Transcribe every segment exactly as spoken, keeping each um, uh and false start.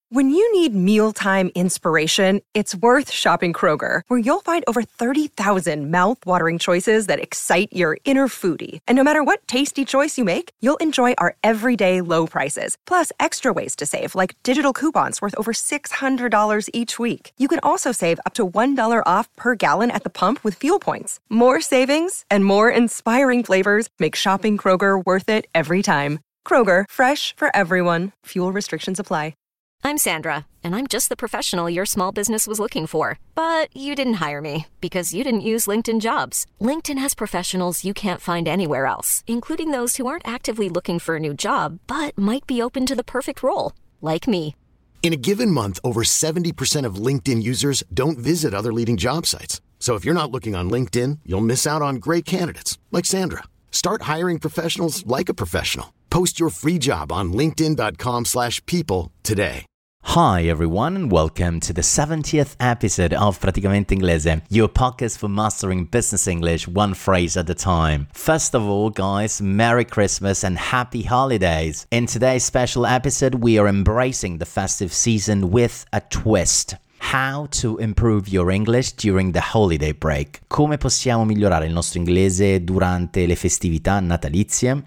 When you need mealtime inspiration, it's worth shopping Kroger, where you'll find over thirty thousand mouth-watering choices that excite your inner foodie. And no matter what tasty choice you make, you'll enjoy our everyday low prices, plus extra ways to save, like digital coupons worth over six hundred dollars each week. You can also save up to one dollar off per gallon at the pump with fuel points. More savings and more inspiring flavors make shopping Kroger worth it every time. Kroger, fresh for everyone. Fuel restrictions apply. I'm Sandra, and I'm just the professional your small business was looking for. But you didn't hire me because you didn't use LinkedIn Jobs. LinkedIn has professionals you can't find anywhere else, including those who aren't actively looking for a new job, but might be open to the perfect role, like me. In a given month, over seventy percent of LinkedIn users don't visit other leading job sites. So if you're not looking on LinkedIn, you'll miss out on great candidates, like Sandra. Start hiring professionals like a professional. Post your free job on linkedin.com slash people today. Hi everyone and welcome to the seventieth episode of Praticamente Inglese, your podcast for mastering business English one phrase at a time. First of all, guys, Merry Christmas and Happy Holidays. In today's special episode, we are embracing the festive season with a twist. How to improve your English during the holiday break. Come possiamo migliorare il nostro inglese durante le festività natalizie?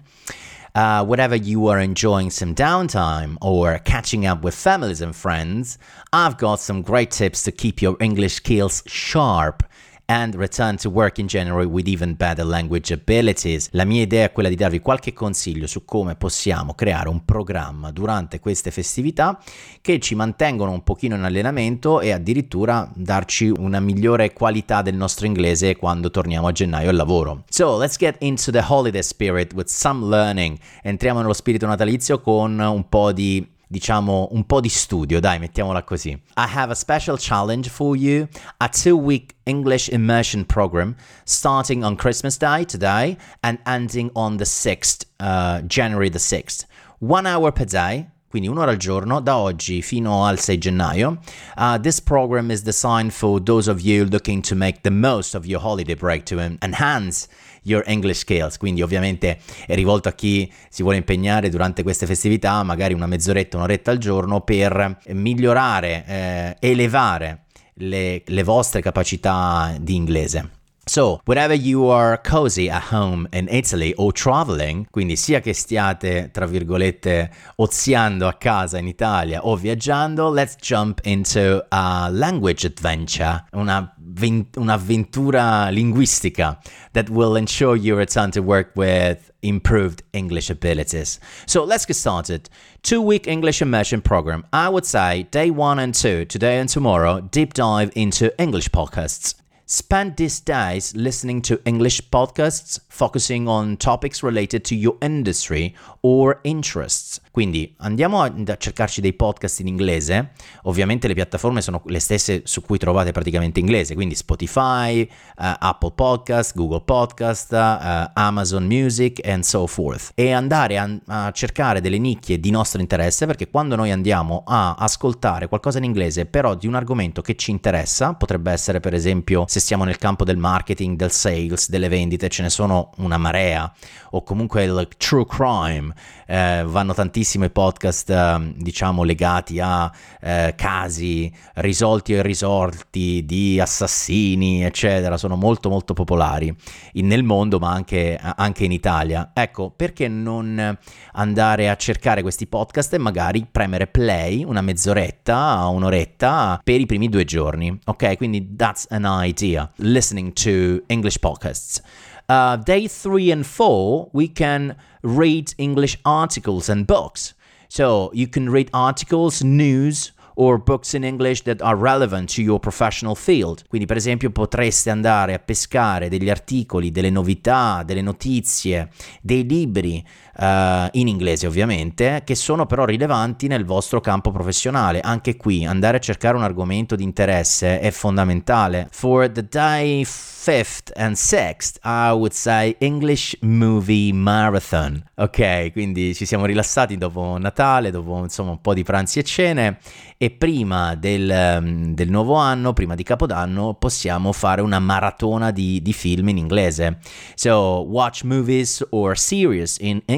Uh, whatever you are enjoying some downtime or catching up with families and friends, I've got some great tips to keep your English skills sharp and return to work in January with even better language abilities. La mia idea è quella di darvi qualche consiglio su come possiamo creare un programma durante queste festività che ci mantengono un pochino in allenamento e addirittura darci una migliore qualità del nostro inglese quando torniamo a gennaio al lavoro. So, let's get into the holiday spirit with some learning. Entriamo nello spirito natalizio con un po' di diciamo un po' di studio, dai, mettiamola così. I have a special challenge for you, a two-week English immersion program starting on Christmas Day today and ending on the sixth, uh, January the sixth. One hour per day, quindi un'ora al giorno, da oggi fino al sei gennaio. Uh, this program is designed for those of you looking to make the most of your holiday break to enhance your English skills, quindi ovviamente è rivolto a chi si vuole impegnare durante queste festività, magari una mezz'oretta, un'oretta al giorno per migliorare, eh, elevare le, le vostre capacità di inglese. So, wherever you are cozy at home in Italy or traveling, quindi sia che stiate, tra virgolette, oziando a casa in Italia o viaggiando, let's jump into a language adventure, una, un'avventura linguistica that will ensure you return to work with improved English abilities. So let's get started. Two-week English immersion program. I would say day one and two, today and tomorrow, deep dive into English podcasts. Spend these days listening to English podcasts, focusing on topics related to your industry or interests. Quindi andiamo a, a cercarci dei podcast in inglese. Ovviamente le piattaforme sono le stesse su cui trovate praticamente inglese, quindi Spotify, uh, Apple Podcast, Google Podcast, uh, Amazon Music and so forth. E andare a, a cercare delle nicchie di nostro interesse, perché quando noi andiamo a ascoltare qualcosa in inglese però di un argomento che ci interessa, potrebbe essere per esempio se stiamo nel campo del marketing, del sales, delle vendite, ce ne sono una marea, o comunque il true crime, eh, vanno tantissimi podcast eh, diciamo legati a eh, casi risolti o irrisolti di assassini eccetera, sono molto molto popolari in, nel mondo ma anche, anche in Italia. Ecco, perché non andare a cercare questi podcast e magari premere play una mezz'oretta, un'oretta per i primi due giorni, ok? Quindi that's an idea, listening to English podcasts. Uh, day three and four, we can read English articles and books. So you can read articles, news, or books in English that are relevant to your professional field. Quindi per esempio potreste andare a pescare degli articoli, delle novità, delle notizie, dei libri uh, in inglese ovviamente, che sono però rilevanti nel vostro campo professionale. Anche qui andare a cercare un argomento di interesse è fondamentale. For the day fifth and sixth, I would say English movie marathon. Ok, quindi ci siamo rilassati dopo Natale, dopo insomma un po' di pranzi e cene, e prima del, del nuovo anno, prima di Capodanno, possiamo fare una maratona di, di film in inglese. So, watch movies or series in English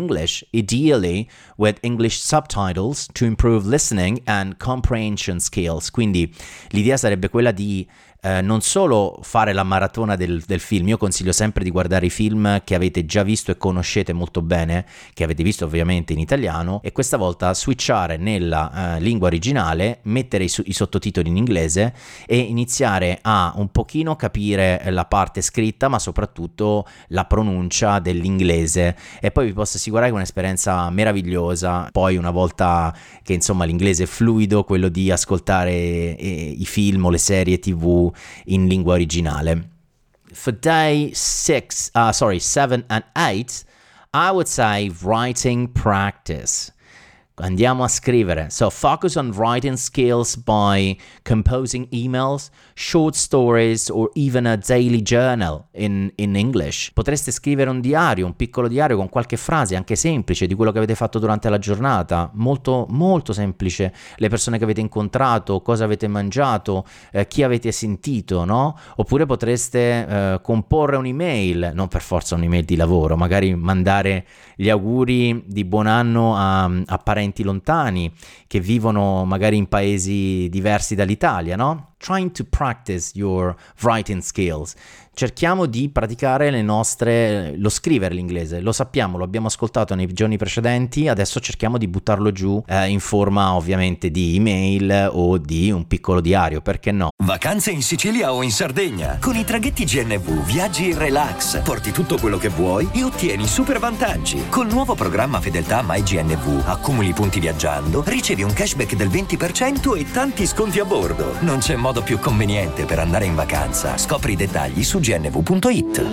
English, ideally with English subtitles to improve listening and comprehension skills. Quindi l'idea sarebbe quella di Eh, non solo fare la maratona del, del film. Io consiglio sempre di guardare i film che avete già visto e conoscete molto bene, che avete visto ovviamente in italiano, e questa volta switchare nella eh, lingua originale, mettere i, i sottotitoli in inglese e iniziare a un pochino capire la parte scritta, ma soprattutto la pronuncia dell'inglese, e poi vi posso assicurare che è un'esperienza meravigliosa. Poi una volta che insomma l'inglese è fluido, quello di ascoltare eh, i film o le serie tv in lingua originale. For day six, uh, sorry, seven and eight, I would say writing practice. Andiamo a scrivere. So focus on writing skills by composing emails, short stories, or even a daily journal in, in English. Potreste scrivere un diario, un piccolo diario con qualche frase, anche semplice, di quello che avete fatto durante la giornata. Molto, molto semplice. Le persone che avete incontrato, cosa avete mangiato, eh, chi avete sentito, no? Oppure potreste eh, comporre un'email, non per forza un'email di lavoro, magari mandare gli auguri di buon anno a, a parenti lontani che vivono magari in paesi diversi dall'Italia, no? Trying to practice your writing skills. Cerchiamo di praticare le nostre, lo scrivere l'inglese, lo sappiamo, lo abbiamo ascoltato nei giorni precedenti, adesso cerchiamo di buttarlo giù eh, in forma ovviamente di email o di un piccolo diario, perché no? Vacanze in Sicilia o in Sardegna. Con i traghetti G N V viaggi in relax, porti tutto quello che vuoi e ottieni super vantaggi. Col nuovo programma Fedeltà MyGNV accumuli punti viaggiando, ricevi un cashback del venti per cento e tanti sconti a bordo. Non c'è modo più conveniente per andare in vacanza. Scopri i dettagli su g n v punto i t.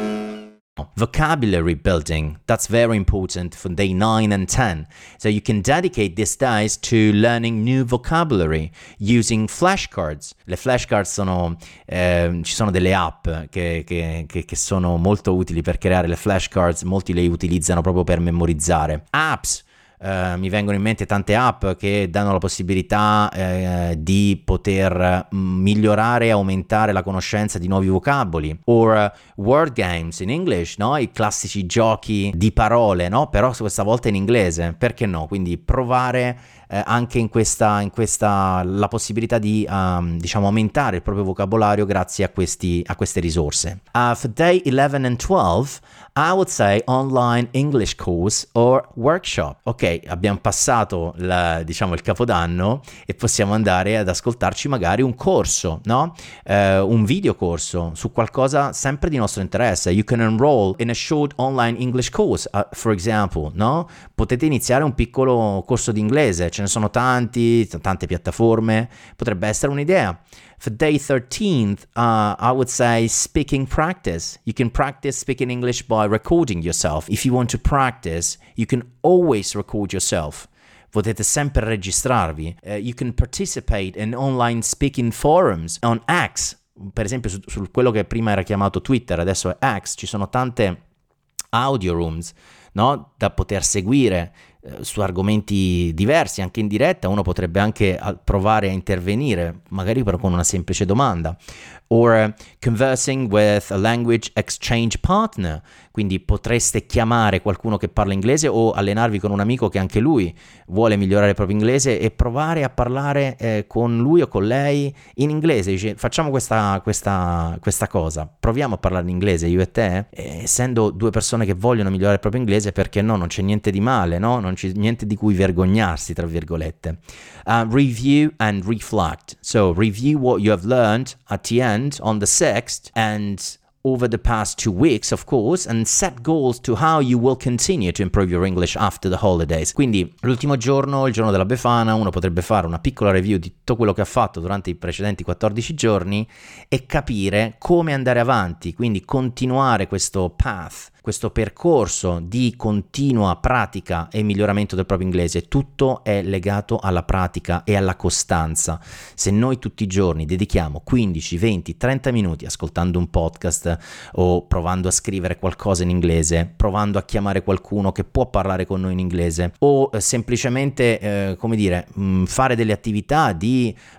Vocabulary building, that's very important for day nine and ten. So you can dedicate these days to learning new vocabulary using flashcards. Le flashcards sono, eh, ci sono delle app che, che, che, che sono molto utili per creare le flashcards, molti le utilizzano proprio per memorizzare. Apps. Uh, mi vengono in mente tante app che danno la possibilità uh, di poter uh, migliorare e aumentare la conoscenza di nuovi vocaboli, or uh, word games in English, no? I classici giochi di parole, no? Però questa volta in inglese, perché no? Quindi provare uh, anche in questa, in questa la possibilità di um, diciamo aumentare il proprio vocabolario grazie a, questi, a queste risorse. Uh, for day eleven and twelve I would say online English course or workshop. Ok, abbiamo passato la, diciamo il capodanno e possiamo andare ad ascoltarci magari un corso, no? Uh, un video corso su qualcosa sempre di nostro interesse. You can enroll in a short online English course, uh, for example, no? Potete iniziare un piccolo corso di inglese, ce ne sono tanti, tante piattaforme, potrebbe essere un'idea. For day thirteenth, uh, I would say speaking practice. You can practice speaking English by recording yourself. If you want to practice, you can always record yourself. Potete sempre registrarvi. Uh, you can participate in online speaking forums on X. Per esempio su, su quello che prima era chiamato Twitter, adesso è X. Ci sono tante audio rooms, no? Da poter seguire eh, su argomenti diversi, anche in diretta. Uno potrebbe anche provare a intervenire, magari però con una semplice domanda. Or uh, conversing with a language exchange partner, quindi potreste chiamare qualcuno che parla inglese o allenarvi con un amico che anche lui vuole migliorare il proprio inglese e provare a parlare eh, con lui o con lei in inglese. Dice, facciamo questa, questa, questa cosa, proviamo a parlare in inglese io e te, eh, essendo due persone che vogliono migliorare il proprio inglese, perché no, non c'è niente di male, no? Non c'è niente di cui vergognarsi, tra virgolette. Uh, review and reflect, so review what you have learned at the end on the sixth and over the past two weeks, of course, and set goals to how you will continue to improve your English after the holidays. Quindi l'ultimo giorno, il giorno della Befana, uno potrebbe fare una piccola review di tutto quello che ha fatto durante i precedenti quattordici giorni e capire come andare avanti, quindi continuare questo path, questo percorso di continua pratica e miglioramento del proprio inglese. Tutto è legato alla pratica e alla costanza. Se noi tutti i giorni dedichiamo quindici, venti, trenta minuti ascoltando un podcast o provando a scrivere qualcosa in inglese, provando a chiamare qualcuno che può parlare con noi in inglese, o eh, semplicemente eh, come dire mh, fare delle attività di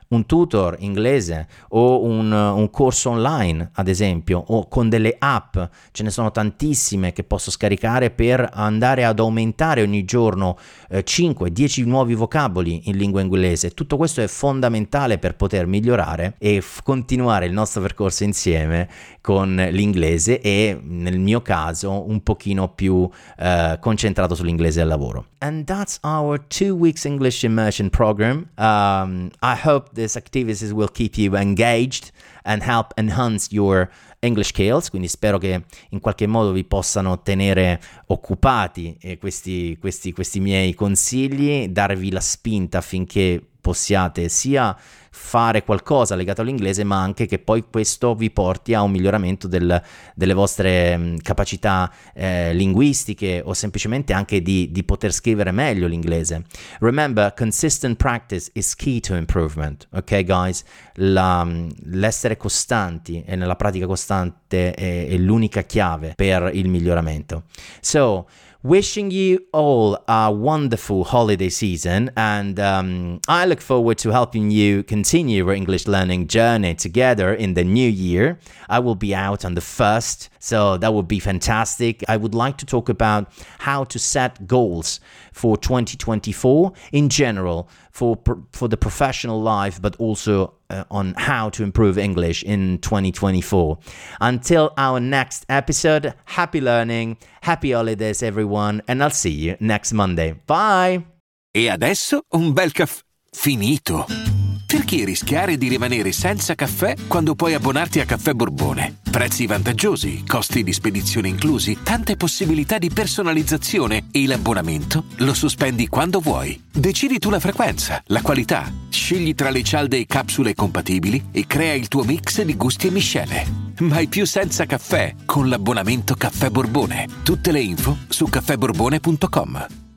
un tutor inglese o un, un corso online, ad esempio, o con delle app, ce ne sono tantissime che posso scaricare per andare ad aumentare ogni giorno eh, cinque dieci nuovi vocaboli in lingua inglese. Tutto questo è fondamentale per poter migliorare e f- continuare il nostro percorso insieme con l'inglese e nel mio caso un pochino più eh, concentrato sull'inglese al lavoro. And that's our two weeks English immersion program. Um, I hope these activities will keep you engaged and help enhance your English skills, quindi spero che in qualche modo vi possano tenere occupati eh, questi, questi, questi miei consigli, darvi la spinta affinché possiate sia fare qualcosa legato all'inglese, ma anche che poi questo vi porti a un miglioramento del, delle vostre mh, capacità eh, linguistiche o semplicemente anche di, di poter scrivere meglio l'inglese. Remember, consistent practice is key to improvement, ok guys? La, l'essere costanti e nella pratica costante è, è l'unica chiave per il miglioramento. So, wishing you all a wonderful holiday season, and um, I look forward to helping you continue your English learning journey together in the new year. I will be out on the first, so that would be fantastic. I would like to talk about how to set goals for twenty twenty-four in general, for for the professional life, but also uh, on how to improve English in twenty twenty-four. Until our next episode, happy learning, happy holidays everyone, and I'll see you next Monday. Bye! E adesso un bel caffè finito. Perché rischiare di rimanere senza caffè quando puoi abbonarti a Caffè Borbone? Prezzi vantaggiosi, costi di spedizione inclusi, tante possibilità di personalizzazione e l'abbonamento lo sospendi quando vuoi. Decidi tu la frequenza, la qualità, scegli tra le cialde e capsule compatibili e crea il tuo mix di gusti e miscele. Mai più senza caffè con l'abbonamento Caffè Borbone. Tutte le info su caffè borbone punto com.